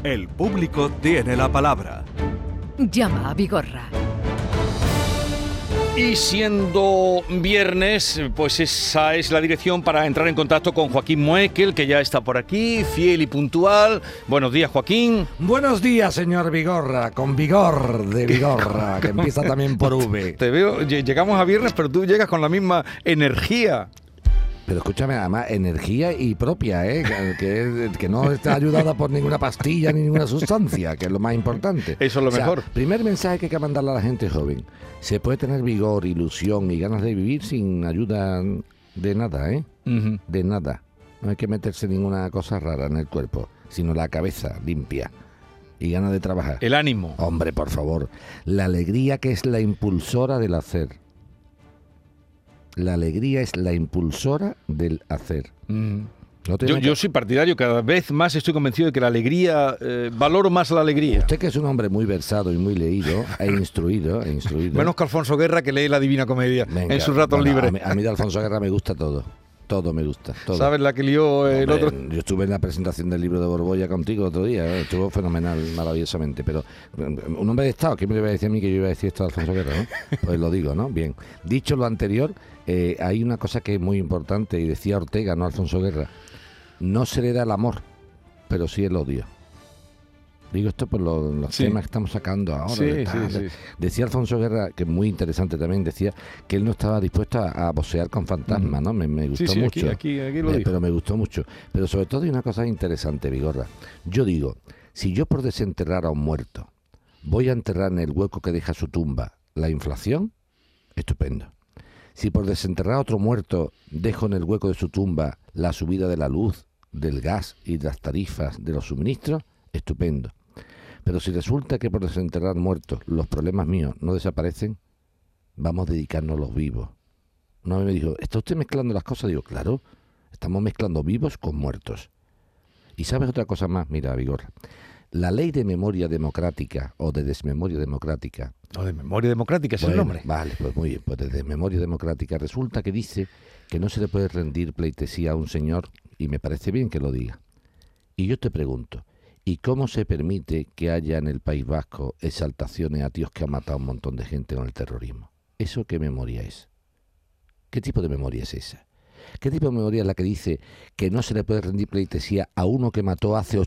El público tiene la palabra. Llama a Vigorra. Y siendo viernes, pues esa es la dirección para entrar en contacto con Joaquín Moekel, que ya está por aquí, fiel y puntual. Buenos días, Joaquín. Buenos días, señor Vigorra, con vigor de Vigorra, que empieza también por V. Te veo, llegamos a viernes, pero tú llegas con la misma energía. Pero escúchame, además, energía y propia, que no está ayudada por ninguna pastilla ni ninguna sustancia, que es lo más importante. Eso es lo mejor. Primer mensaje que hay que mandarle a la gente joven. Se puede tener vigor, ilusión y ganas de vivir sin ayuda de nada, Uh-huh. De nada. No hay que meterse ninguna cosa rara en el cuerpo, sino la cabeza limpia y ganas de trabajar. El ánimo. Hombre, por favor. La alegría, que es la impulsora del hacer. La alegría es la impulsora del hacer. Uh-huh. No Yo soy partidario, cada vez más estoy convencido de que la alegría, valoro más la alegría. Usted, que es un hombre muy versado y muy leído e instruido. Menos que Alfonso Guerra, que lee la Divina Comedia. Venga, en sus ratos libres. A mí de Alfonso Guerra me gusta todo. Todo me gusta. Todo. ¿Sabes la que lió el Hombre, otro? Yo estuve en la presentación del libro de Borbolla contigo otro día, estuvo fenomenal, maravillosamente. Pero un hombre de Estado, ¿quién me iba a decir a mí que yo iba a decir esto de Alfonso Guerra, no? Pues lo digo, ¿no? Bien. Dicho lo anterior, hay una cosa que es muy importante, y decía Ortega, no Alfonso Guerra: no se le da el amor, pero sí el odio. Digo esto por los temas que estamos sacando ahora. Sí. Decía Alfonso Guerra, que es muy interesante también, decía que él no estaba dispuesto a vocear con fantasmas, ¿no? Me gustó mucho. Aquí lo dijo. Pero me gustó mucho. Pero sobre todo hay una cosa interesante, Vigorra. Yo digo, si yo por desenterrar a un muerto voy a enterrar en el hueco que deja su tumba la inflación, estupendo. Si por desenterrar a otro muerto dejo en el hueco de su tumba la subida de la luz, del gas y de las tarifas de los suministros, estupendo. Pero si resulta que por desenterrar muertos los problemas míos no desaparecen, vamos a dedicarnos a los vivos. Una vez me dijo, ¿está usted mezclando las cosas? Digo, claro, estamos mezclando vivos con muertos. Y ¿sabes otra cosa más? Mira, Vigorra, la ley de memoria democrática o de desmemoria democrática... No, de memoria democrática es el nombre. Vale, pues muy bien, pues de desmemoria democrática resulta que dice que no se le puede rendir pleitesía a un señor, y me parece bien que lo diga. Y yo te pregunto, ¿y cómo se permite que haya en el País Vasco exaltaciones a tíos que han matado a un montón de gente con el terrorismo? ¿Eso qué memoria es? ¿Qué tipo de memoria es esa? ¿Qué tipo de memoria es la que dice que no se le puede rendir pleitesía a uno que mató hace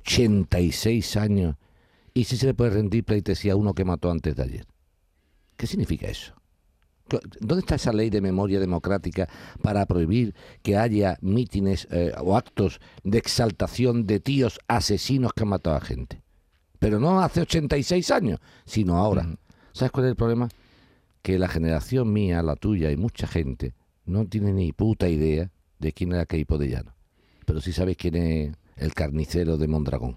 86 años y sí se le puede rendir pleitesía a uno que mató antes de ayer? ¿Qué significa eso? ¿Dónde está esa ley de memoria democrática para prohibir que haya mítines o actos de exaltación de tíos asesinos que han matado a gente? Pero no hace 86 años, sino ahora. Uh-huh. ¿Sabes cuál es el problema? Que la generación mía, la tuya y mucha gente no tiene ni puta idea de quién era Queipo de Llano. Pero sí sabes quién es el carnicero de Mondragón.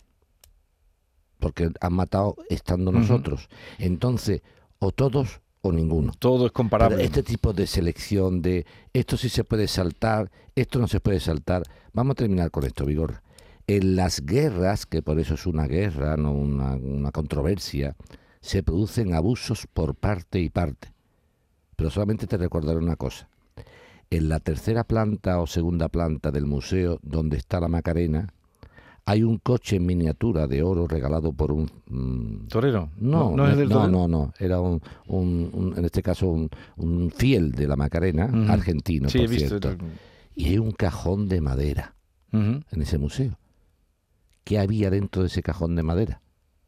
Porque han matado estando nosotros. Entonces, o todos o ninguno. Todo es comparable. Pero este tipo de selección de esto sí se puede saltar, esto no se puede saltar. Vamos a terminar con esto, Vigorra. En las guerras, que por eso es una guerra, no una controversia, se producen abusos por parte y parte. Pero solamente te recordaré una cosa. En la tercera planta o segunda planta del museo donde está la Macarena, hay un coche en miniatura de oro regalado por un... ¿Torero? No, ¿No es del torero? No. Era en este caso un fiel de la Macarena, argentino, sí, por he visto cierto. Y hay un cajón de madera en ese museo. ¿Qué había dentro de ese cajón de madera?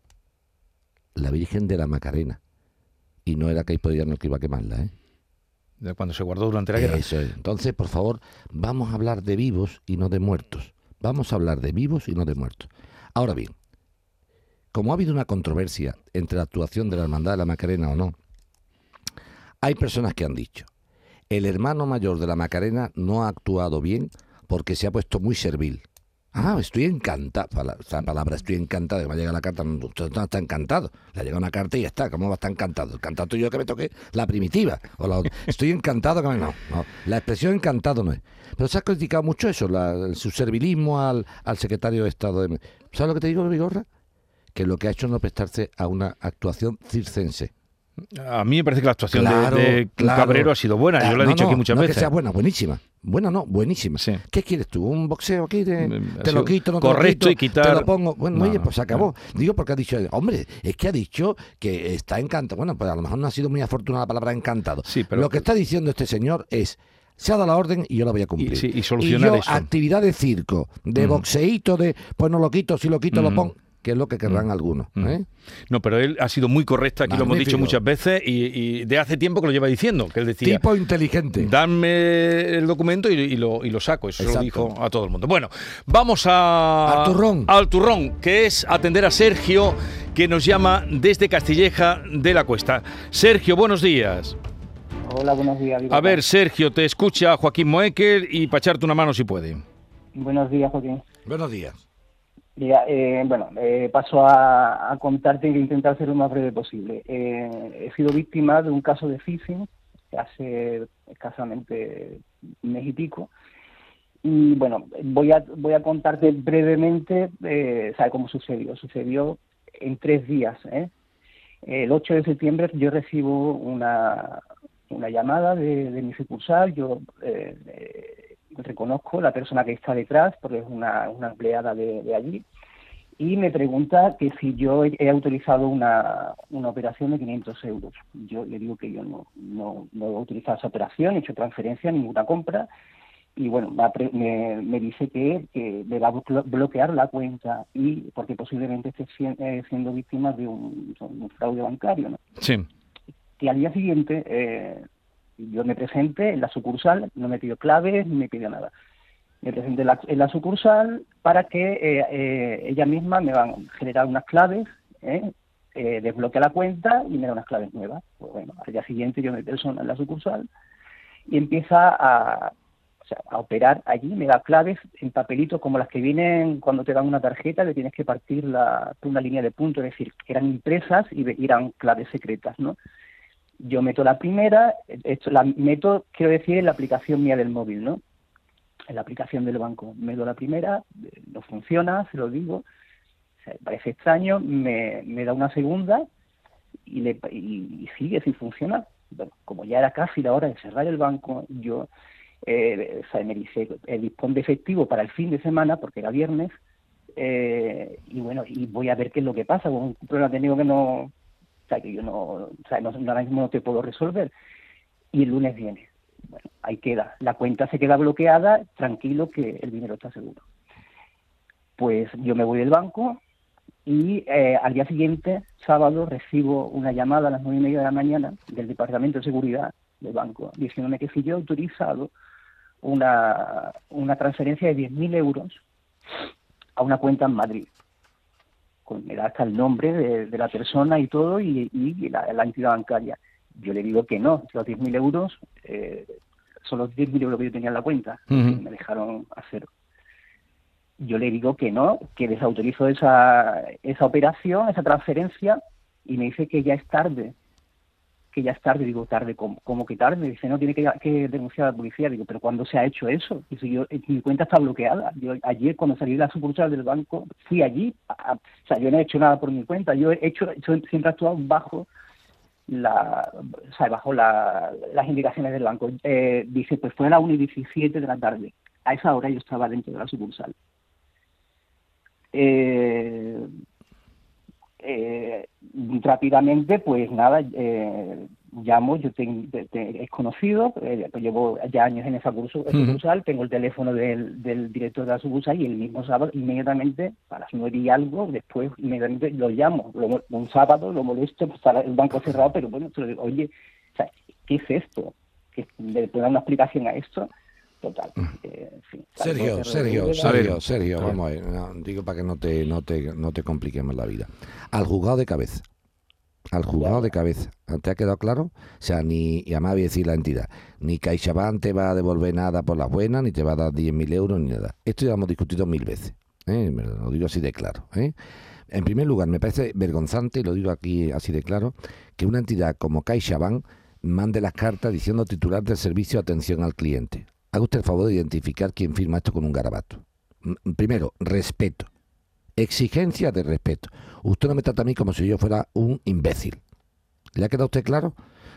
La Virgen de la Macarena. Y no era Queipo de Llano que iba a quemarla, ¿eh? De cuando se guardó durante la guerra. Eso es. Entonces, por favor, vamos a hablar de vivos y no de muertos. Vamos a hablar de vivos y no de muertos. Ahora bien, como ha habido una controversia entre la actuación de la Hermandad de la Macarena o no, hay personas que han dicho, el hermano mayor de la Macarena no ha actuado bien porque se ha puesto muy servil. Estoy encantado. Esa palabra, estoy encantado, que me ha llegado la carta, usted no está encantado. Le ha llegado una carta y ya está. ¿Cómo va a estar encantado? Encantado yo que me toque la primitiva. O la otra. Estoy encantado que me... No. La expresión encantado no es. Pero se ha criticado mucho eso, su servilismo al secretario de Estado. ¿Sabes lo que te digo, Vigorra? Que lo que ha hecho es no prestarse a una actuación circense. A mí me parece que la actuación de Cabrero ha sido buena. Yo lo he dicho aquí muchas veces. No que sea buena, buenísima. Buena no, buenísima. Sí. ¿Qué quieres tú? ¿Un boxeo aquí? Te sido lo quito, no te correcto lo y quito, quitar- te lo pongo. Bueno, No, oye, no, pues se acabó. no. Digo porque ha dicho, hombre, es que ha dicho que está encantado. Bueno, pues a lo mejor no ha sido muy afortunada la palabra encantado. Sí, pero- Lo que está diciendo este señor es, se ha dado la orden y yo la voy a cumplir. Y solucionar yo, eso. actividad de circo, de boxeíto, de pues no lo quito, si lo quito lo pongo, que es lo que querrán algunos. ¿eh? No, pero él ha sido muy correcto, aquí lo hemos dicho Magnífico. muchas veces y de hace tiempo que lo lleva diciendo, que él decía, Tipo inteligente. dame el documento y lo saco, eso se lo Exacto. dijo a todo el mundo. Bueno, vamos a... Al turrón. Que es atender a Sergio, que nos llama desde Castilleja de la Cuesta. Sergio, buenos días. Hola, buenos días. A ver, Sergio, te escucha Joaquín Moekel y para echarte una mano si puede. Buenos días, Joaquín. Buenos días. Mira, paso a contarte y intentar ser lo más breve posible. He sido víctima de un caso de phishing hace escasamente un mes y pico. Y bueno, voy a contarte brevemente cómo sucedió. Sucedió en 3 días. El 8 de septiembre yo recibo una llamada de mi sucursal. Yo reconozco la persona que está detrás porque es una empleada de allí y me pregunta que si yo he autorizado una operación de 500 euros. Yo le digo que yo no he utilizado esa operación, he hecho transferencia, ninguna compra y bueno, me dice que me va a bloquear la cuenta y porque posiblemente esté siendo víctima de un fraude bancario, ¿no? Sí. Y al día siguiente yo me presenté en la sucursal, no me pidió claves, ni me pidió nada. Me presenté en la sucursal para que ella misma me van a generar unas claves, desbloquea la cuenta y me da unas claves nuevas. Pues bueno, al día siguiente yo me persono en la sucursal y empieza a operar allí, me da claves en papelitos como las que vienen cuando te dan una tarjeta, que tienes que partir una línea de punto, es decir, que eran impresas y eran claves secretas, ¿no? Yo meto la primera, la meto, quiero decir, en la aplicación mía del móvil, ¿no? En la aplicación del banco. Meto la primera, no funciona, se lo digo, parece extraño, me da una segunda y sigue sin funcionar. Bueno, como ya era casi la hora de cerrar el banco, yo me dice, dispón de efectivo para el fin de semana, porque era viernes, y bueno, y voy a ver qué es lo que pasa, con un problema técnico que no... que yo ahora mismo no te puedo resolver. Y el lunes viene. Bueno, ahí queda. La cuenta se queda bloqueada, tranquilo que el dinero está seguro. Pues yo me voy del banco y al día siguiente, sábado, recibo una llamada a las 9:30 de la mañana del Departamento de Seguridad del banco, diciéndome que si yo he autorizado una transferencia de 10.000 euros a una cuenta en Madrid. Me da hasta el nombre de la persona y todo y la entidad bancaria. Yo le digo que no, los 10.000 euros son los 10.000 euros que yo tenía en la cuenta. Uh-huh. Me dejaron a cero. Yo le digo que no, que desautorizo esa operación, esa transferencia y me dice que ya es tarde. Que ya es tarde. Digo, ¿tarde? ¿Cómo que tarde? Dice, no, tiene que denunciar a la policía. Digo, ¿pero cuándo se ha hecho eso? Dice, mi cuenta está bloqueada. Yo ayer, cuando salí de la sucursal del banco, fui allí. Yo no he hecho nada por mi cuenta. Yo siempre he actuado bajo las indicaciones del banco. Dice, pues fue a las 1:17 de la tarde. A esa hora yo estaba dentro de la sucursal. Rápidamente, pues nada, llamo, yo es conocido, pues llevo ya años en esa sucursal, tengo el teléfono del director de la sucursal y el mismo sábado, inmediatamente, a las 9 y algo, después inmediatamente lo llamo, un sábado lo molesto, pues está el banco cerrado, pero bueno, se lo digo, oye, ¿qué es esto? ¿Que le puedo dar una explicación a esto? Total. En fin, Sergio, vamos a ver, digo para que no te compliquemos la vida. Al juzgado de cabeza. ¿Te ha quedado claro? O sea, y además voy a decir la entidad, ni CaixaBank te va a devolver nada por las buenas, ni te va a dar 10.000 euros, ni nada. Esto ya lo hemos discutido 1000 veces, me lo digo así de claro. En primer lugar, me parece vergonzante, y lo digo aquí así de claro, que una entidad como CaixaBank mande las cartas diciendo titular del servicio de atención al cliente. Haga usted el favor de identificar quién firma esto con un garabato. Primero, respeto. Exigencia de respeto. Usted no me trata a mí como si yo fuera un imbécil. ¿Le ha quedado a usted claro?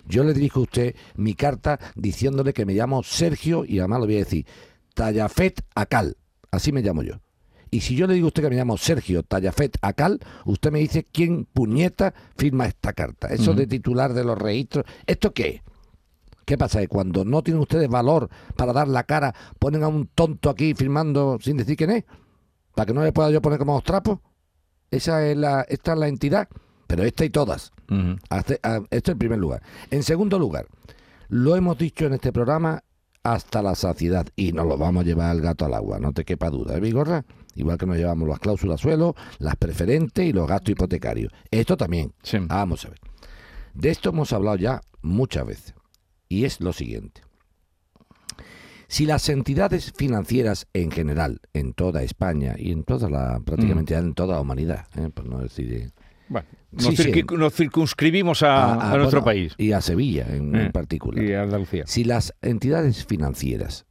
Yo le dirijo a usted mi carta diciéndole que me llamo Sergio y además lo voy a decir, Tallafet Acal, así me llamo yo. Y si yo le digo a usted que me llamo Sergio Tallafet Acal, usted me dice quién puñeta firma esta carta. Eso de titular de los registros, ¿esto qué es? ¿Qué pasa? ¿Que cuando no tienen ustedes valor para dar la cara, ponen a un tonto aquí firmando sin decir quién es? ¿Para que no le pueda yo poner como los trapos? Esta es la entidad, pero esta y todas. Esto en primer lugar. En segundo lugar, lo hemos dicho en este programa hasta la saciedad y nos lo vamos a llevar al gato al agua, no te quepa duda, ¿eh, Vigorra? Igual que nos llevamos las cláusulas suelo, las preferentes y los gastos hipotecarios. Esto también. Sí. Vamos a ver. De esto hemos hablado ya muchas veces. Y es lo siguiente. Si las entidades financieras en general, en toda España y en prácticamente en toda la humanidad, por no decir... Bueno, Sí, nos circunscribimos a nuestro país. Y a Sevilla en particular. Y a Andalucía. Si las entidades financieras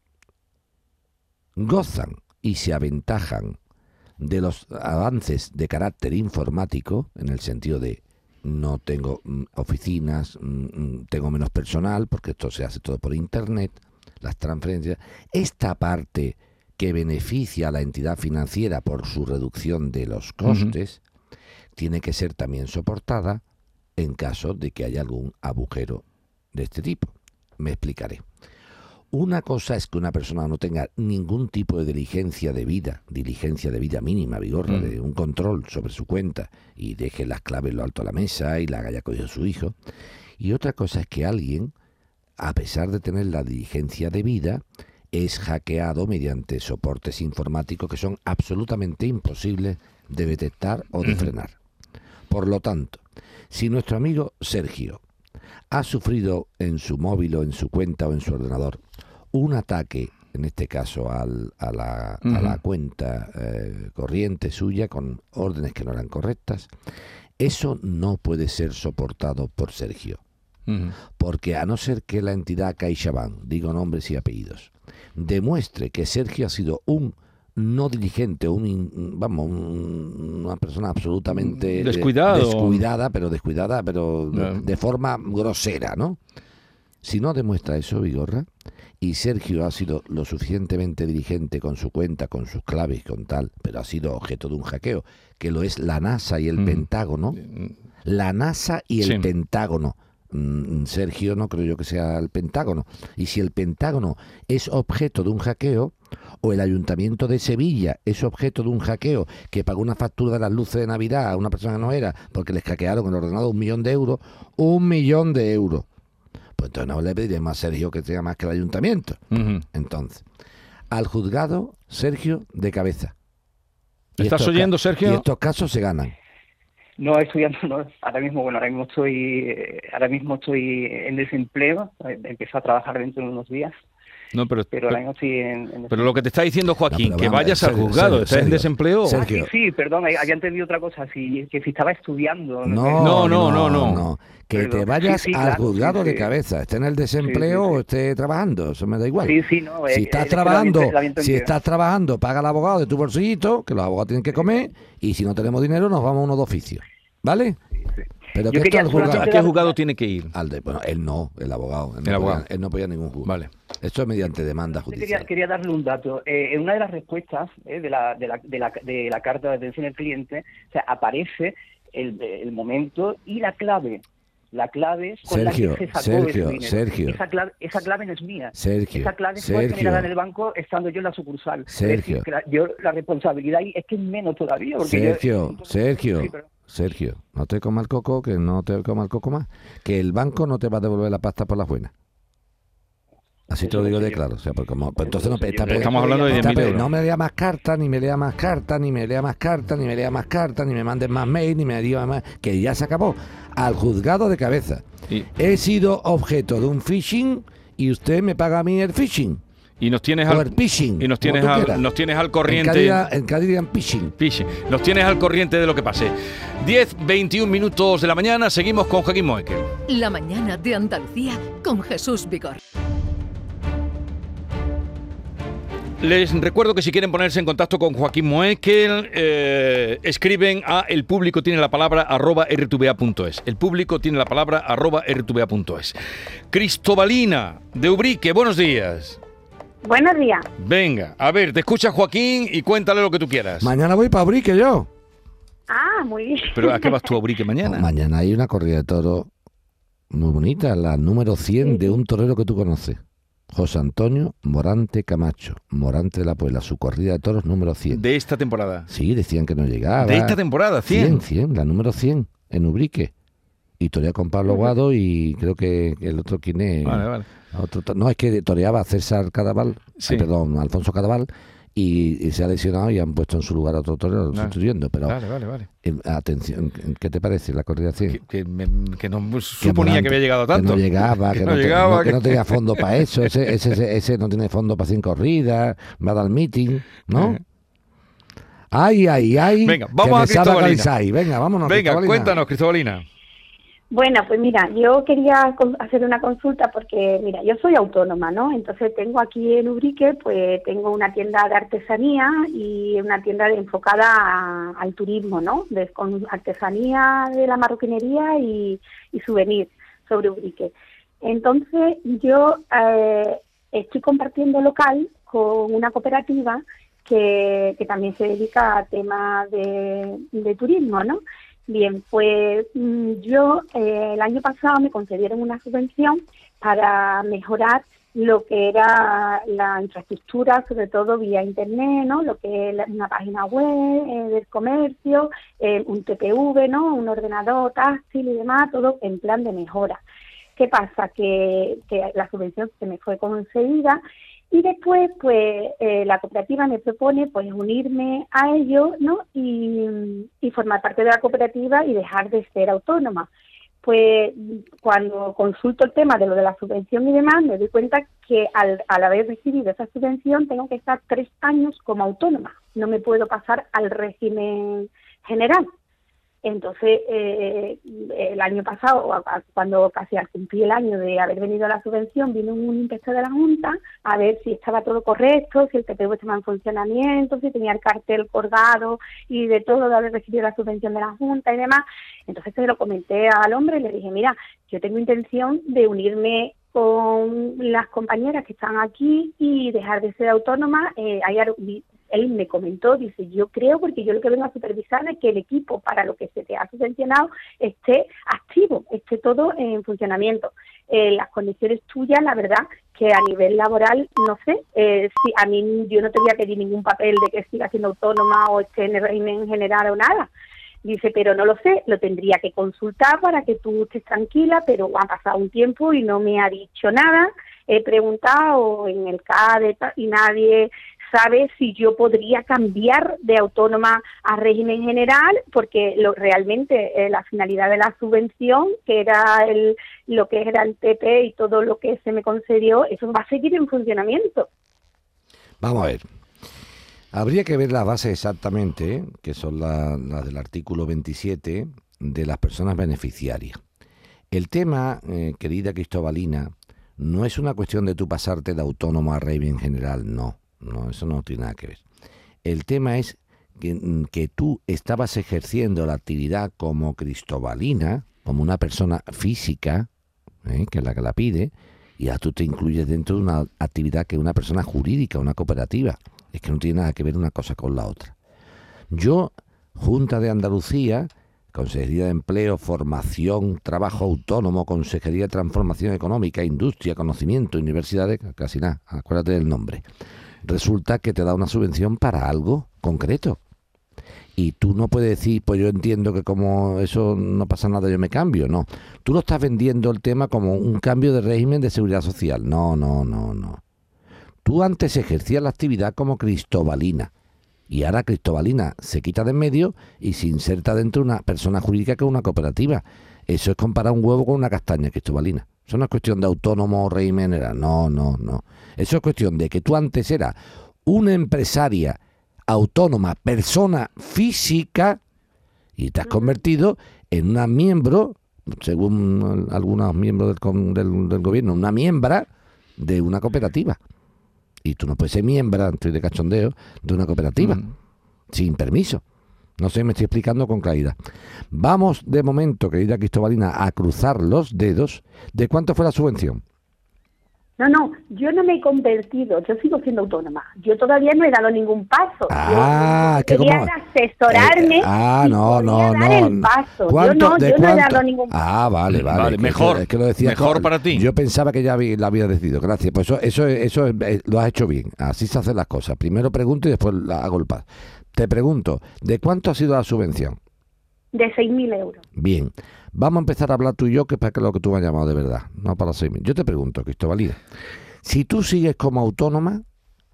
gozan y se aventajan de los avances de carácter informático, en el sentido de no tengo oficinas, tengo menos personal, porque esto se hace todo por Internet, las transferencias, esta parte que beneficia a la entidad financiera por su reducción de los costes, tiene que ser también soportada en caso de que haya algún agujero de este tipo. Me explicaré. Una cosa es que una persona no tenga ningún tipo de diligencia de vida mínima, Vigorra, de un control sobre su cuenta y deje las claves en lo alto de la mesa y la haya cogido su hijo. Y otra cosa es que alguien, a pesar de tener la diligencia de vida, es hackeado mediante soportes informáticos que son absolutamente imposibles de detectar o de frenar. Por lo tanto, si nuestro amigo Sergio ha sufrido en su móvil o en su cuenta o en su ordenador un ataque, en este caso a la cuenta corriente suya con órdenes que no eran correctas, eso no puede ser soportado por Sergio. Porque a no ser que la entidad CaixaBank, digo nombres y apellidos, demuestre que Sergio ha sido un no diligente, una persona absolutamente descuidada, pero de forma grosera, ¿no? Si no demuestra eso, Vigorra, y Sergio ha sido lo suficientemente diligente con su cuenta, con sus claves, con tal, pero ha sido objeto de un hackeo, que lo es la NASA y el Pentágono. La NASA y el Pentágono. Sergio no creo yo que sea el Pentágono. Y si el Pentágono es objeto de un hackeo, o el Ayuntamiento de Sevilla es objeto de un hackeo, que pagó una factura de las luces de Navidad a una persona que no era, porque les hackearon el ordenador 1.000.000 de euros, 1.000.000 de euros. Pues entonces no le pediremos a Sergio que tenga más que el Ayuntamiento. Entonces, al juzgado, Sergio, de cabeza. ¿Estás oyendo, Sergio? Y estos casos se ganan. No, estudiando, no. Ahora mismo estoy en desempleo. Empecé a trabajar dentro de unos días. No, pero ahora mismo estoy pero lo que te está diciendo Joaquín, que vayas al juzgado, Sergio, ¿estás en desempleo? Sergio. Sí, perdón, había entendido otra cosa, que si estaba estudiando. No. Que te vayas al juzgado de sí. cabeza, esté en el desempleo o esté trabajando, eso me da igual. No. Si estás trabajando, paga al abogado de tu bolsillito, que los abogados tienen que comer, y si no tenemos dinero nos vamos a uno de oficio, ¿vale? Sí. Pero Yo que esto al juzgado. ¿A qué juzgado tiene que ir? Bueno, él no, el abogado. Él no podía ningún juzgado. Vale. Esto es mediante demanda judicial. Quería darle un dato. En una de las respuestas de la carta de atención al cliente, o sea, aparece el momento y la clave. La clave con la que se sacó ese dinero. Sergio. Esa clave no es mía. Sergio. Esa clave fue generada en el banco estando yo en la sucursal. Sergio. Es decir, que la responsabilidad ahí es que es menos todavía. Porque Sergio, no te coma el coco, que no te coma el coco más. Que el banco no te va a devolver la pasta por las buenas. Así te lo digo de claro. O sea, pues entonces no estamos hablando de 10.000 euros. No me lea más cartas, ni me lea más cartas, ni me lea más cartas, ni me lea más cartas, ni me mandes más mail, ni me diga más. Que ya se acabó. Al juzgado de cabeza. He sido objeto de un phishing y usted me paga a mí el phishing. Y nos tienes phishing, y nos tienes al corriente. En Cádiz dirían phishing. Nos tienes al corriente de lo que pase. 10:21 minutos de la mañana, seguimos con Joaquín Moekel. La mañana de Andalucía con Jesús Vigor. Les recuerdo que si quieren ponerse en contacto con Joaquín Moekel, escriben a elpublicotienelapalabra@rtva.es. El público tiene la palabra @rtva.es. Cristobalina, de Ubrique, buenos días. Buenos días. Venga, a ver, te escucha Joaquín y cuéntale lo que tú quieras. Mañana voy para Ubrique yo. Ah, muy bien. ¿Pero a qué vas tú a Ubrique mañana? Mañana hay una corrida de toros muy bonita, la número 100 de un torero que tú conoces. José Antonio Morante Camacho, Morante de la Puebla, su corrida de toros número 100. De esta temporada. Sí, decían que no llegaba. De esta temporada, 100. 100, la número 100, en Ubrique. Y torea con Pablo Guado y creo que el otro, ¿quién es? Vale. No, es que toreaba César Cadaval, Sí. Alfonso Cadaval, y se ha lesionado y han puesto en su lugar a otro torero sustituyendo. Pero Vale. atención, ¿qué te parece la corrida 100? Que no suponía que había llegado tanto. Que no llegaba, Que no llegaba, que no tenía fondo para eso. Ese no tiene fondo para 100 corridas, va a dar meeting, ¿no? Ay. Venga, vamos a que me sabe Cristobalina. Calizay. Venga, vámonos. Venga, Cristobalina. cuéntanos, Cristobalina. Bueno, pues mira, yo quería hacer una consulta porque, mira, yo soy autónoma, ¿no? Entonces tengo aquí en Ubrique, pues tengo una tienda de artesanía y una tienda enfocada al turismo, ¿no? Con artesanía de la marroquinería y souvenir sobre Ubrique. Entonces yo estoy compartiendo local con una cooperativa que también se dedica a temas de turismo, ¿no? Bien, pues yo el año pasado me concedieron una subvención para mejorar lo que era la infraestructura, sobre todo vía internet, ¿no? Lo que es una página web del comercio, un TPV, ¿no? Un ordenador táctil y demás, todo en plan de mejora. ¿Qué pasa? Que la subvención se me fue concedida. Y después, pues, la cooperativa me propone, pues, unirme a ello, ¿no? Y formar parte de la cooperativa y dejar de ser autónoma. Pues, cuando consulto el tema de lo de la subvención y demás, me doy cuenta que al haber recibido esa subvención tengo que estar 3 años como autónoma. No me puedo pasar al régimen general. Entonces, el año pasado, cuando casi al cumplir el año de haber venido a la subvención, vino un inspector de la Junta a ver si estaba todo correcto, si el TPV estaba en funcionamiento, si tenía el cartel colgado y de todo, de haber recibido la subvención de la Junta y demás. Entonces se lo comenté al hombre y le dije, mira, yo tengo intención de unirme con las compañeras que están aquí y dejar de ser autónoma. Él me comentó, dice, yo creo, porque yo lo que vengo a supervisar es que el equipo para lo que se te ha subvencionado esté activo, esté todo en funcionamiento. Las condiciones tuyas, la verdad, que a nivel laboral, no sé, si a mí yo no te voy a pedir ningún papel de que siga siendo autónoma o esté en el régimen general o nada. Dice, pero no lo sé, lo tendría que consultar para que tú estés tranquila, pero ha pasado un tiempo y no me ha dicho nada. He preguntado en el CADE y nadie sabe si yo podría cambiar de autónoma a régimen general, porque realmente la finalidad de la subvención, que era lo que era el TP y todo lo que se me concedió, eso va a seguir en funcionamiento. Vamos a ver. Habría que ver las bases exactamente, que son las del artículo 27 de las personas beneficiarias. El tema, querida Cristobalina, no es una cuestión de tú pasarte de autónomo a régimen general, no, eso no tiene nada que ver. El tema es que tú estabas ejerciendo la actividad como Cristobalina, como una persona física, que es la que la pide, y ya tú te incluyes dentro de una actividad que es una persona jurídica, una cooperativa. Es que no tiene nada que ver una cosa con la otra. Yo, Junta de Andalucía, Consejería de Empleo, Formación, Trabajo Autónomo, Consejería de Transformación Económica, Industria, Conocimiento, Universidades, casi nada, acuérdate del nombre. Resulta que te da una subvención para algo concreto. Y tú no puedes decir, pues yo entiendo que como eso no pasa nada, yo me cambio. No, tú lo estás vendiendo el tema como un cambio de régimen de seguridad social. No. Tú antes ejercías la actividad como Cristobalina y ahora Cristobalina se quita de en medio y se inserta dentro de una persona jurídica que es una cooperativa. Eso es comparar un huevo con una castaña, Cristobalina. Eso no es cuestión de autónomo o régimen general. No. Eso es cuestión de que tú antes eras una empresaria autónoma, persona física, y te has convertido en una miembro, según algunos miembros del gobierno, una miembra de una cooperativa. Y tú no puedes ser miembro, estoy de cachondeo, de una cooperativa, sin permiso. No sé, me estoy explicando con claridad. Vamos de momento, querida Cristobalina, a cruzar los dedos. ¿De cuánto fue la subvención? No, yo no me he convertido, yo sigo siendo autónoma. Yo todavía no he dado ningún paso. Yo que quería como... asesorarme. No. Dar el paso. Yo no he dado ningún paso. Vale. Mejor, es que lo decía mejor para ti. Yo pensaba que ya la había decidido. Gracias. Pues eso lo has hecho bien. Así se hacen las cosas. Primero pregunto y después hago el paso. Te pregunto, ¿de cuánto ha sido la subvención? De 6.000 euros. Bien, vamos a empezar a hablar tú y yo, que es para lo que tú me has llamado de verdad, no para 6.000. Yo te pregunto, Cristobalina, si tú sigues como autónoma,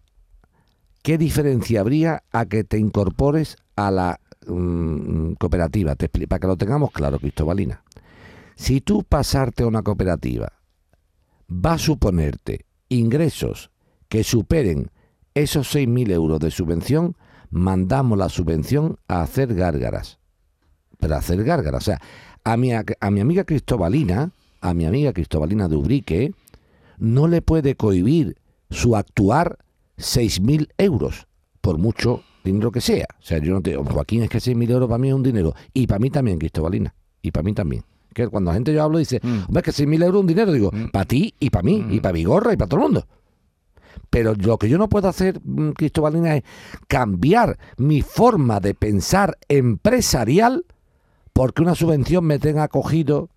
¿qué diferencia habría a que te incorpores a la cooperativa? Para que lo tengamos claro, Cristobalina. Si tú pasarte a una cooperativa va a suponerte ingresos que superen esos 6.000 euros de subvención, mandamos la subvención a hacer gárgaras. Pero hacer gárgaras, o sea, a mi amiga Cristobalina de Ubrique, no le puede cohibir su actuar 6.000 euros, por mucho dinero que sea. O sea, yo no te... Joaquín, es que 6.000 euros para mí es un dinero. Y para mí también, Cristobalina. Y para mí también. Que cuando la gente yo hablo dice, hombre, que 6.000 euros es un dinero, digo, para ti y para mí, y para Vigorra y para todo el mundo. Pero lo que yo no puedo hacer, Cristobalina, es cambiar mi forma de pensar empresarial porque una subvención me tenga cogido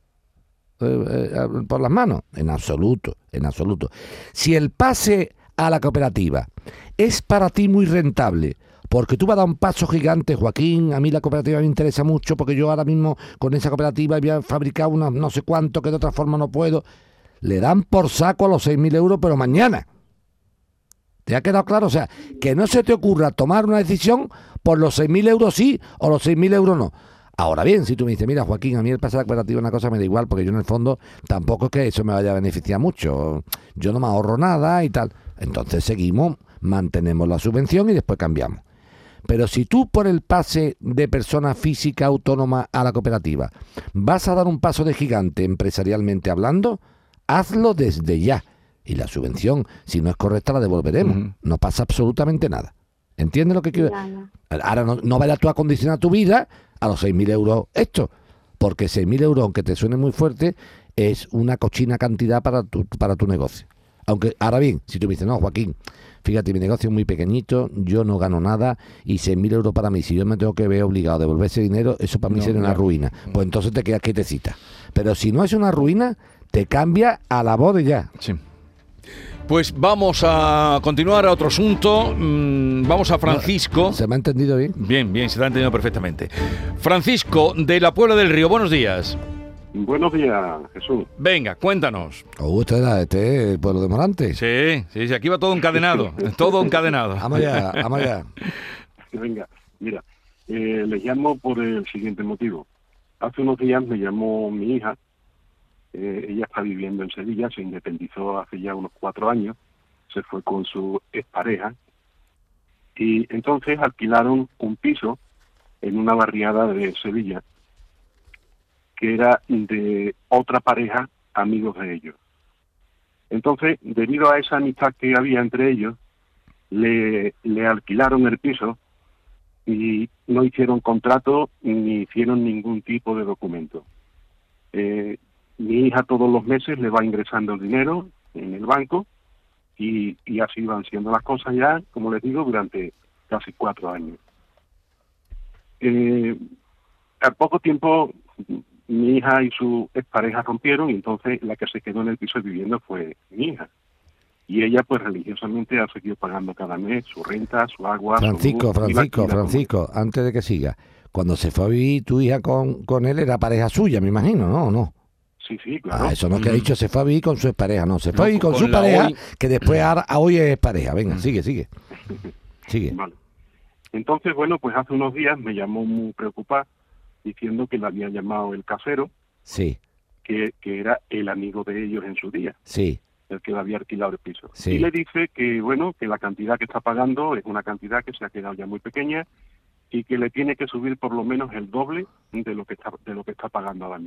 por las manos. En absoluto. Si el pase a la cooperativa es para ti muy rentable, porque tú vas a dar un paso gigante, Joaquín, a mí la cooperativa me interesa mucho, porque yo ahora mismo con esa cooperativa voy a fabricar una no sé cuánto, que de otra forma no puedo, le dan por saco a los 6.000 euros, pero mañana. ¿Te ha quedado claro? O sea, que no se te ocurra tomar una decisión por los 6.000 euros sí o los 6.000 euros no. Ahora bien, si tú me dices, mira, Joaquín, a mí el pase a la cooperativa es una cosa me da igual, porque yo en el fondo tampoco es que eso me vaya a beneficiar mucho. Yo no me ahorro nada y tal. Entonces seguimos, mantenemos la subvención y después cambiamos. Pero si tú por el pase de persona física autónoma a la cooperativa vas a dar un paso de gigante empresarialmente hablando, hazlo desde ya. Y la subvención, si no es correcta, la devolveremos. No pasa absolutamente nada. ¿Entiendes lo que quiero? Ahora no vayas tú a condicionar tu vida a los 6.000 euros esto. Porque 6.000 euros, aunque te suene muy fuerte, es una cochina cantidad para tu negocio. Aunque, ahora bien, si tú me dices, no, Joaquín, fíjate, mi negocio es muy pequeñito, yo no gano nada y 6.000 euros para mí, si yo me tengo que ver obligado a devolver ese dinero, eso para mí sería una ruina. Pues entonces te quedas quietecita. Pero si no es una ruina, te cambia a la voz de ya. Sí. Pues vamos a continuar a otro asunto. Vamos a Francisco. ¿Se me ha entendido bien? Bien, se te ha entendido perfectamente. Francisco, de la Puebla del Río, buenos días. Buenos días, Jesús. Venga, cuéntanos. Este es el pueblo de Morante. Sí, aquí va todo encadenado. Todo encadenado. Vamos allá. Venga, mira, les llamo por el siguiente motivo. Hace unos días me llamó mi hija. Ella está viviendo en Sevilla, se independizó hace ya unos 4 años, se fue con su expareja y entonces alquilaron un piso en una barriada de Sevilla que era de otra pareja, amigos de ellos. Entonces, debido a esa amistad que había entre ellos, le alquilaron el piso y no hicieron contrato ni hicieron ningún tipo de documento. Mi hija todos los meses le va ingresando el dinero en el banco y así van siendo las cosas ya, como les digo, durante casi 4 años. Al poco tiempo mi hija y su expareja rompieron y entonces la que se quedó en el piso viviendo fue mi hija. Y ella pues religiosamente ha seguido pagando cada mes su renta, su agua, Francisco, antes de que siga, cuando se fue a vivir tu hija con él era pareja suya, me imagino, ¿no? Sí, claro. Eso no es que ha dicho se fue a vivir con su expareja, no, se fue a vivir con su pareja, que después hoy es pareja. Venga, sigue. Vale. Entonces, bueno, pues hace unos días me llamó muy preocupada diciendo que le había llamado el casero, sí, que era el amigo de ellos en su día, sí, el que le había alquilado el piso. Sí. Y le dice que, bueno, que la cantidad que está pagando es una cantidad que se ha quedado ya muy pequeña y que le tiene que subir por lo menos el doble de lo que está pagando ahora mismo.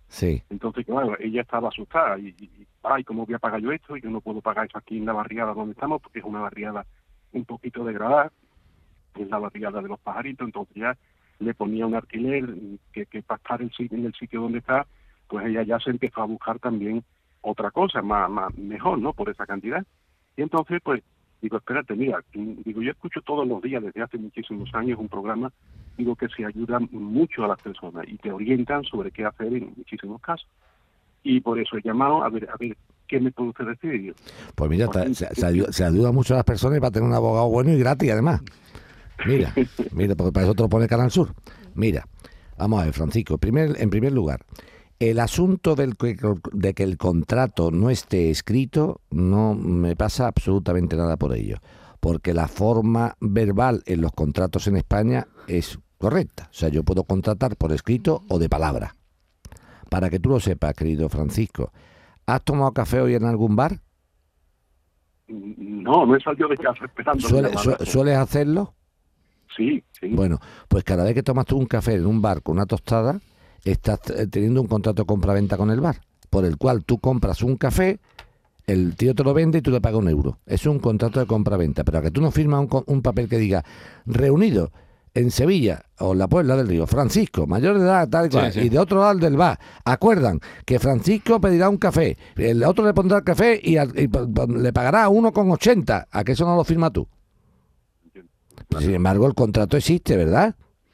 Sí. Entonces, claro, ella estaba asustada ay, ¿cómo voy a pagar yo esto? Y yo no puedo pagar eso aquí en la barriada donde estamos, porque es una barriada un poquito degradada, es la barriada de los pajaritos. Entonces ya le ponía un alquiler que para estar en el sitio donde está, pues ella ya se empezó a buscar también otra cosa, mejor, ¿no? Por esa cantidad. Y entonces, pues, digo, espérate, mira, digo, yo escucho todos los días, desde hace muchísimos años, un programa, digo, que se ayuda mucho a las personas y te orientan sobre qué hacer en muchísimos casos. Y por eso he llamado a ver, ¿qué me puede usted decir? Y yo, Pues mira, se ayuda mucho a las personas para tener un abogado bueno y gratis, además. Mira, porque para eso te lo pone Canal Sur. Mira, vamos a ver, Francisco, en primer lugar, el asunto de que el contrato no esté escrito, no me pasa absolutamente nada por ello, porque la forma verbal en los contratos en España es correcta. O sea, yo puedo contratar por escrito o de palabra. Para que tú lo sepas, querido Francisco, ¿has tomado café hoy en algún bar? No he salido de casa esperando. ¿Sueles hacerlo? Sí. Bueno, pues cada vez que tomas tú un café en un bar con una tostada, estás teniendo un contrato de compraventa con el bar, por el cual tú compras un café, el tío te lo vende y tú le pagas €1. Es un contrato de compraventa, pero a que tú no firmas un papel que diga reunido en Sevilla o en la Puebla del Río, Francisco, mayor de edad, tal y cual, y de otro lado del bar, acuerdan que Francisco pedirá un café, el otro le pondrá el café y le pagará 1,80, ¿a que eso no lo firma tú? Sin embargo, el contrato existe, ¿verdad?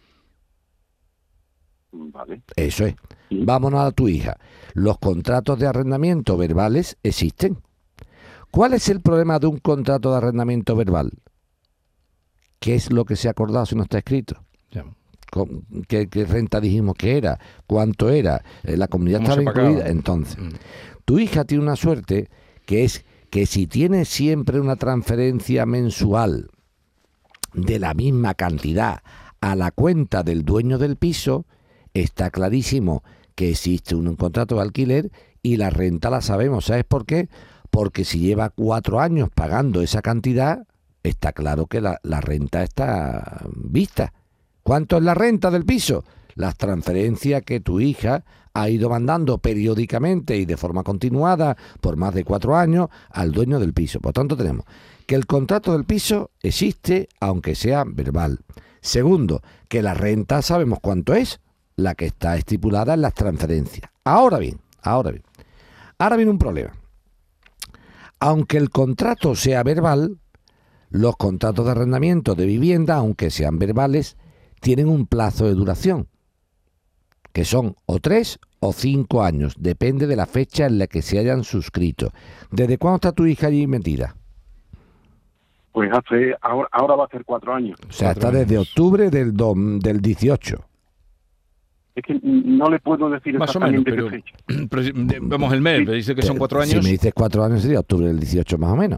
Vale. Eso es. Vámonos a tu hija. Los contratos de arrendamiento verbales existen. ¿Cuál es el problema de un contrato de arrendamiento verbal? ¿Qué es lo que se ha acordado si no está escrito? Ya. ¿Qué renta dijimos que era? ¿Cuánto era? ¿La comunidad estaba incluida? Entonces, tu hija tiene una suerte que es que si tiene siempre una transferencia mensual de la misma cantidad a la cuenta del dueño del piso, está clarísimo que existe un contrato de alquiler y la renta la sabemos. ¿Sabes por qué? Porque si lleva 4 años pagando esa cantidad, está claro que la renta está vista. ¿Cuánto es la renta del piso? Las transferencias que tu hija ha ido mandando periódicamente y de forma continuada por más de 4 años al dueño del piso. Por tanto, tenemos que el contrato del piso existe, aunque sea verbal. Segundo, que la renta sabemos cuánto es, la que está estipulada en las transferencias. Ahora viene un problema. Aunque el contrato sea verbal, los contratos de arrendamiento de vivienda, aunque sean verbales, tienen un plazo de duración, que son o 3 o 5 años, depende de la fecha en la que se hayan suscrito. ¿Desde cuándo está tu hija allí metida? Pues ahora va a ser 4 años. O sea, está desde octubre del 18. Es que no le puedo decir más o menos, exactamente qué fecha. pero vamos, el mes, me dice que son 4 años. Si me dices 4 años sería octubre del 18 más o menos.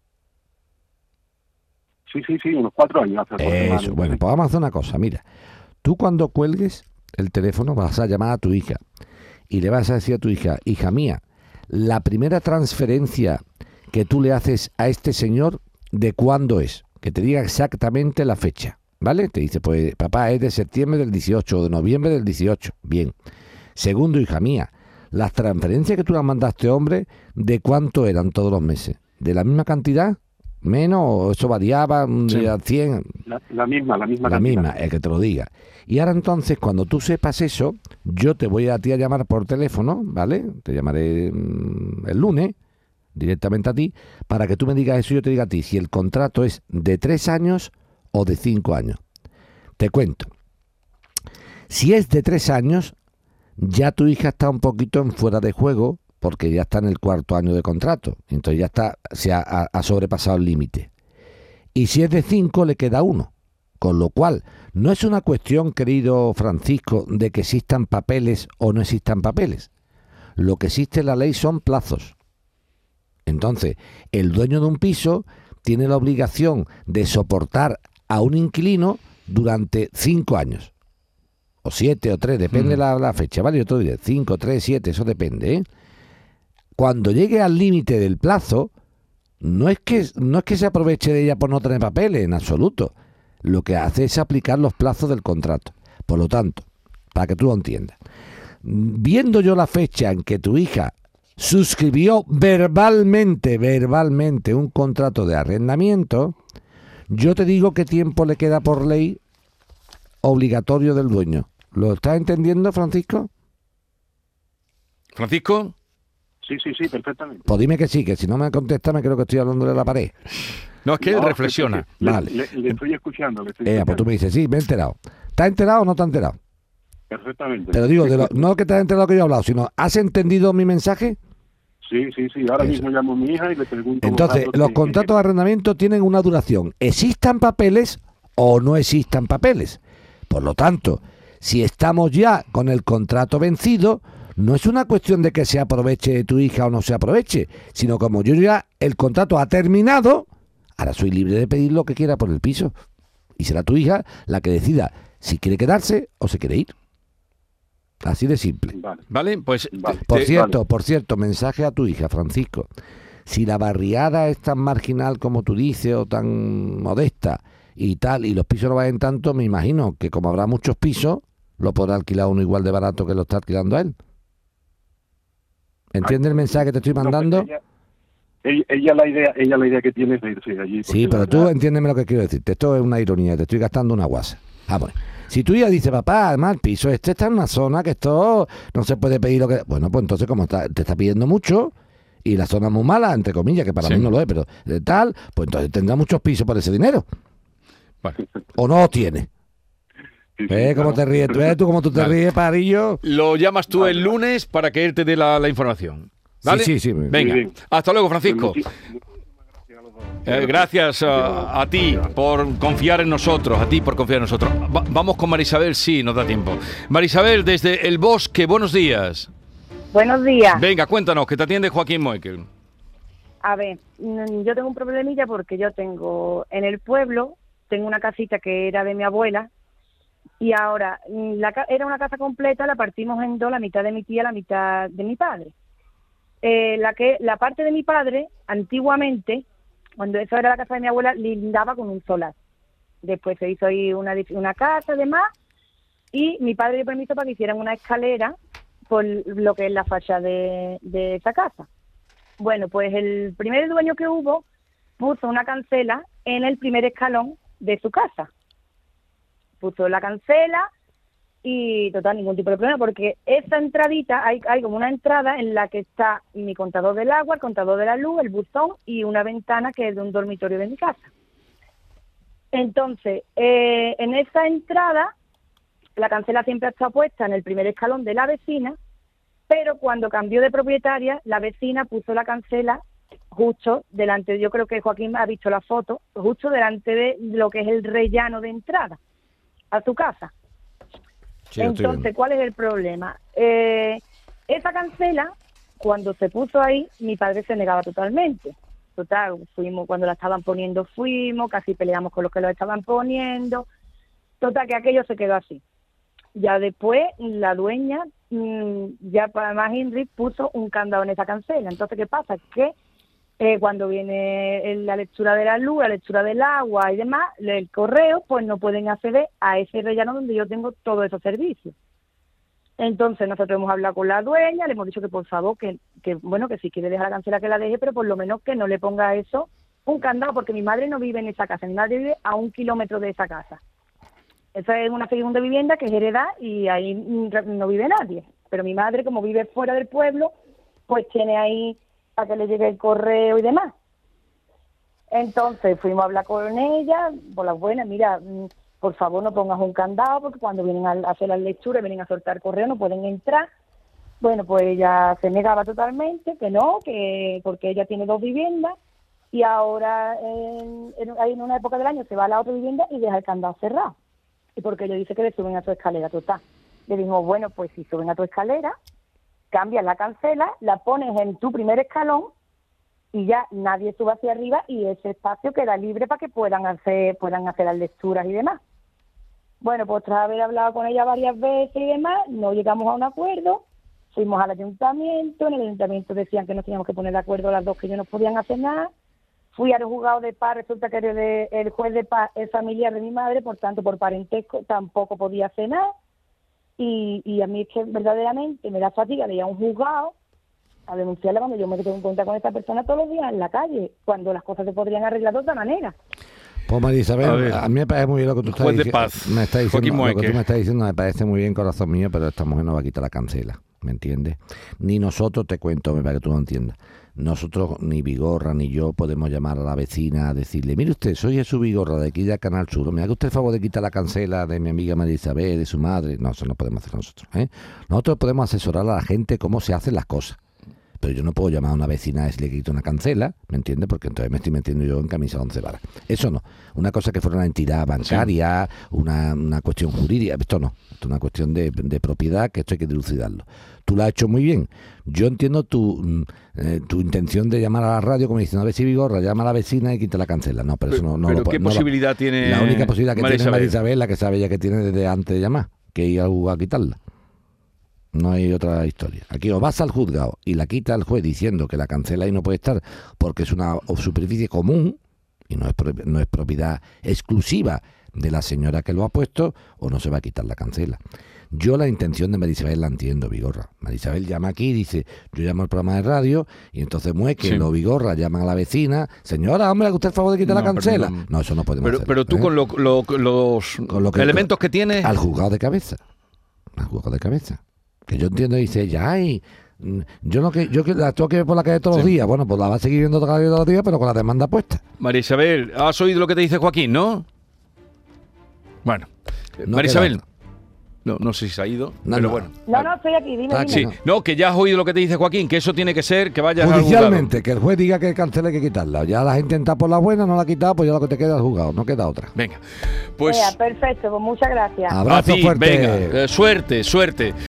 Sí, unos 4 años. Eso, bueno, pues vamos a hacer una cosa, mira. Tú cuando cuelgues el teléfono vas a llamar a tu hija y le vas a decir a tu hija, hija mía, la primera transferencia que tú le haces a este señor, ¿de cuándo es? Que te diga exactamente la fecha, ¿vale? Te dice, pues papá, es de septiembre del 18 o de noviembre del 18. Bien. Segundo, hija mía, las transferencias que tú le mandaste, hombre, ¿de cuánto eran todos los meses? ¿De la misma cantidad? ¿Menos? ¿O eso variaba? Sí. 100. La misma La cantidad. misma, el que te lo diga. Y ahora entonces, cuando tú sepas eso, yo te voy a ti a llamar por teléfono, ¿vale? Te llamaré el lunes, directamente a ti, para que tú me digas eso y yo te diga a ti si el contrato es de 3 años o de 5 años. Te cuento. Si es de 3 años, ya tu hija está un poquito en fuera de juego, porque ya está en el 4º año de contrato. Entonces ya se ha sobrepasado el límite. Y si es de 5, le queda 1. Con lo cual, no es una cuestión, querido Francisco, de que existan papeles o no existan papeles. Lo que existe en la ley son plazos. Entonces, el dueño de un piso tiene la obligación de soportar a un inquilino durante 5 años. O 7 o 3, depende la fecha, ¿vale? Yo te diré 5, 3, 7, eso depende, ¿eh? Cuando llegue al límite del plazo, no es que se aproveche de ella por no tener papeles, en absoluto. Lo que hace es aplicar los plazos del contrato. Por lo tanto, para que tú lo entiendas, viendo yo la fecha en que tu hija suscribió verbalmente un contrato de arrendamiento, yo te digo qué tiempo le queda por ley obligatorio del dueño. ¿Lo estás entendiendo, Francisco? ¿Francisco? Sí, perfectamente. Pues dime que sí, que si no me contesta me creo que estoy hablando de la pared. No, es que él No, reflexiona. Vale. Le estoy escuchando. Pues tú me dices, sí, me he enterado. ¿Estás enterado o no te has enterado? Perfectamente. Pero digo, no que te has enterado que yo he hablado, sino ¿has entendido mi mensaje? Sí. Ahora Eso. mismo llamo a mi hija y le pregunto... Entonces, los contratos de arrendamiento tienen una duración. ¿Existan papeles o no existan papeles? Por lo tanto, si estamos ya con el contrato vencido, no es una cuestión de que se aproveche tu hija o no se aproveche, sino como yo ya el contrato ha terminado, ahora soy libre de pedir lo que quiera por el piso. Y será tu hija la que decida si quiere quedarse o se quiere ir. Así de simple. Vale, pues... Vale. Por cierto, mensaje a tu hija, Francisco. Si la barriada es tan marginal como tú dices o tan modesta y tal, y los pisos no valen tanto, me imagino que como habrá muchos pisos, lo podrá alquilar uno igual de barato que lo está alquilando a él. ¿Entiendes el mensaje que te estoy mandando? No, pues ella la idea que tiene es de irse allí. Sí, pero tú entiéndeme lo que quiero decirte. Esto es una ironía, te estoy gastando una guasa. Vamos. Si tu hija dice, papá, además el piso este está en una zona que esto no se puede pedir lo que... Bueno, pues entonces como te está pidiendo mucho y la zona es muy mala, entre comillas, que para mí no lo es, pero tal, pues entonces tendrá muchos pisos por ese dinero. Bueno. ¿O no tiene? Sí, ¿Ves cómo te ríes? ¿Ves tú cómo tú te ríes, parillo? Lo llamas tú el lunes para que él te dé la información. ¿Vale? Sí. Venga, Bien. hasta luego, Francisco. Gracias a ti por confiar en nosotros, Vamos con Marisabel, sí, nos da tiempo. Marisabel, desde El Bosque, buenos días. Buenos días. Venga, cuéntanos, que te atiende Joaquín Moekel. A ver, yo tengo un problemilla porque yo tengo en el pueblo, tengo una casita que era de mi abuela y ahora era una casa completa, la partimos en dos, la mitad de mi tía, la mitad de mi padre. La parte de mi padre, antiguamente, cuando eso era la casa de mi abuela, lindaba con un solar. Después se hizo ahí una casa, además, y mi padre dio permiso para que hicieran una escalera por lo que es la fachada de esa casa. Bueno, pues el primer dueño que hubo puso una cancela en el primer escalón de su casa. Puso la cancela y total, ningún tipo de problema, porque esa entradita, hay como una entrada en la que está mi contador del agua, el contador de la luz, el buzón y una ventana que es de un dormitorio de mi casa. Entonces, en esa entrada, la cancela siempre ha estado puesta en el primer escalón de la vecina, pero cuando cambió de propietaria, la vecina puso la cancela justo delante, yo creo que Joaquín ha visto la foto, justo delante de lo que es el rellano de entrada a su casa. Sí, entonces, ¿cuál es el problema? Esa cancela, cuando se puso ahí, mi padre se negaba totalmente. Total, cuando la estaban poniendo, casi peleamos con los que lo estaban poniendo. Total, que aquello se quedó así. Ya después, la dueña, ya para más Henry, puso un candado en esa cancela. Entonces, ¿qué pasa? Que cuando viene la lectura de la luz, la lectura del agua y demás, el correo, pues no pueden acceder a ese rellano donde yo tengo todos esos servicios. Entonces nosotros hemos hablado con la dueña, le hemos dicho que por favor, que si quiere dejar la cancela que la deje, pero por lo menos que no le ponga eso un candado, porque mi madre no vive en esa casa, mi madre vive a 1 kilómetro de esa casa. Esa es una segunda vivienda que es heredad y ahí no vive nadie, pero mi madre, como vive fuera del pueblo, pues tiene ahí para que le llegue el correo y demás. Entonces fuimos a hablar con ella, por las buenas, mira, por favor no pongas un candado porque cuando vienen a hacer las lecturas, vienen a soltar correo, no pueden entrar. Bueno, pues ella se negaba totalmente, que no, que porque ella tiene 2 viviendas y ahora en una época del año se va a la otra vivienda y deja el candado cerrado. Y porque ella dice que le suben a su escalera total. Le dijimos, bueno, pues si suben a tu escalera, cambias la cancela, la pones en tu primer escalón y ya nadie sube hacia arriba y ese espacio queda libre para que puedan hacer las lecturas y demás. Bueno, pues tras haber hablado con ella varias veces y demás, no llegamos a un acuerdo, fuimos al ayuntamiento, en el ayuntamiento decían que nos teníamos que poner de acuerdo las dos, que ellos no podían hacer nada. Fui al juzgado de paz, resulta que el juez de paz es familiar de mi madre, por tanto, por parentesco tampoco podía hacer nada. y a mí es que verdaderamente me da fatiga de ir a un juzgado a denunciarla cuando yo me tengo en cuenta con esta persona todos los días en la calle, cuando las cosas se podrían arreglar de otra manera. Pues María Isabel, a mí me parece muy bien lo que tú estás Juez de diciendo. paz, Me estás Joaquín diciendo lo que Mueque. tú me estás diciendo me parece muy bien, corazón mío, pero esta mujer no va a quitar la cancela, ¿me entiendes? Ni nosotros, te cuento, para que tú lo entiendas, nosotros, ni Vigorra ni yo, podemos llamar a la vecina a decirle, mire usted, soy Jesús Vigorra de aquí de Canal Sur, me haga usted el favor de quitar la cancela de mi amiga María Isabel, de su madre. No, eso no podemos hacer nosotros, ¿eh? Nosotros podemos asesorar a la gente cómo se hacen las cosas. Pero yo no puedo llamar a una vecina a decirle que quito una cancela, ¿me entiendes? Porque entonces me estoy metiendo yo en camisa 11 varas. Eso no. Una cosa que fuera una entidad bancaria, una cuestión jurídica, esto no. Esto es una cuestión de propiedad, que esto hay que dilucidarlo. Tú lo has hecho muy bien. Yo entiendo tu intención de llamar a la radio como diciendo, a ver si Vigorra llama a la vecina y quita la cancela. No, pero eso no ¿Pero lo qué no lo- posibilidad tiene La única posibilidad que María tiene María Isabel? Isabel, la que sabe ella que tiene desde antes de llamar, que ir al juzgado a quitarla. No hay otra historia. Aquí o vas al juzgado y la quita el juez diciendo que la cancela ahí no puede estar porque es una superficie común y no es propiedad exclusiva de la señora que lo ha puesto, o no se va a quitar la cancela. Yo la intención de María Isabel la entiendo, Vigorra. María Isabel llama aquí y dice, yo llamo al programa de radio y entonces Mueque, Sí. los Vigorra llaman a la vecina, señora, hombre, haga usted el favor de quitar la No, pero cancela. no. No, eso no podemos hacer. Pero tú ¿eh? con los Con lo que- elementos que tienes... Al juzgado de cabeza. Al juzgado de cabeza. Que yo entiendo, dice ella, ay, yo que la tengo que ver por la calle todos los Sí. días. Bueno, pues la va a seguir viendo todos los días, pero con la demanda puesta. María Isabel, ¿has oído lo que te dice Joaquín, no? Bueno, No María queda Isabel, otra. no sé si se ha ido, No, pero no. bueno. No, estoy aquí, dime, Está dime. aquí, Sí, no, que ya has oído lo que te dice Joaquín, que eso tiene que ser que vayas al Judicialmente, juzgado. que el juez diga que cancela hay que quitarla. Ya la has intentado por la buena, no la ha quitado, pues ya lo que te queda es juzgado, no queda otra. Venga, pues Perfecto, pues muchas gracias. a Abrazo ti, fuerte. venga, suerte.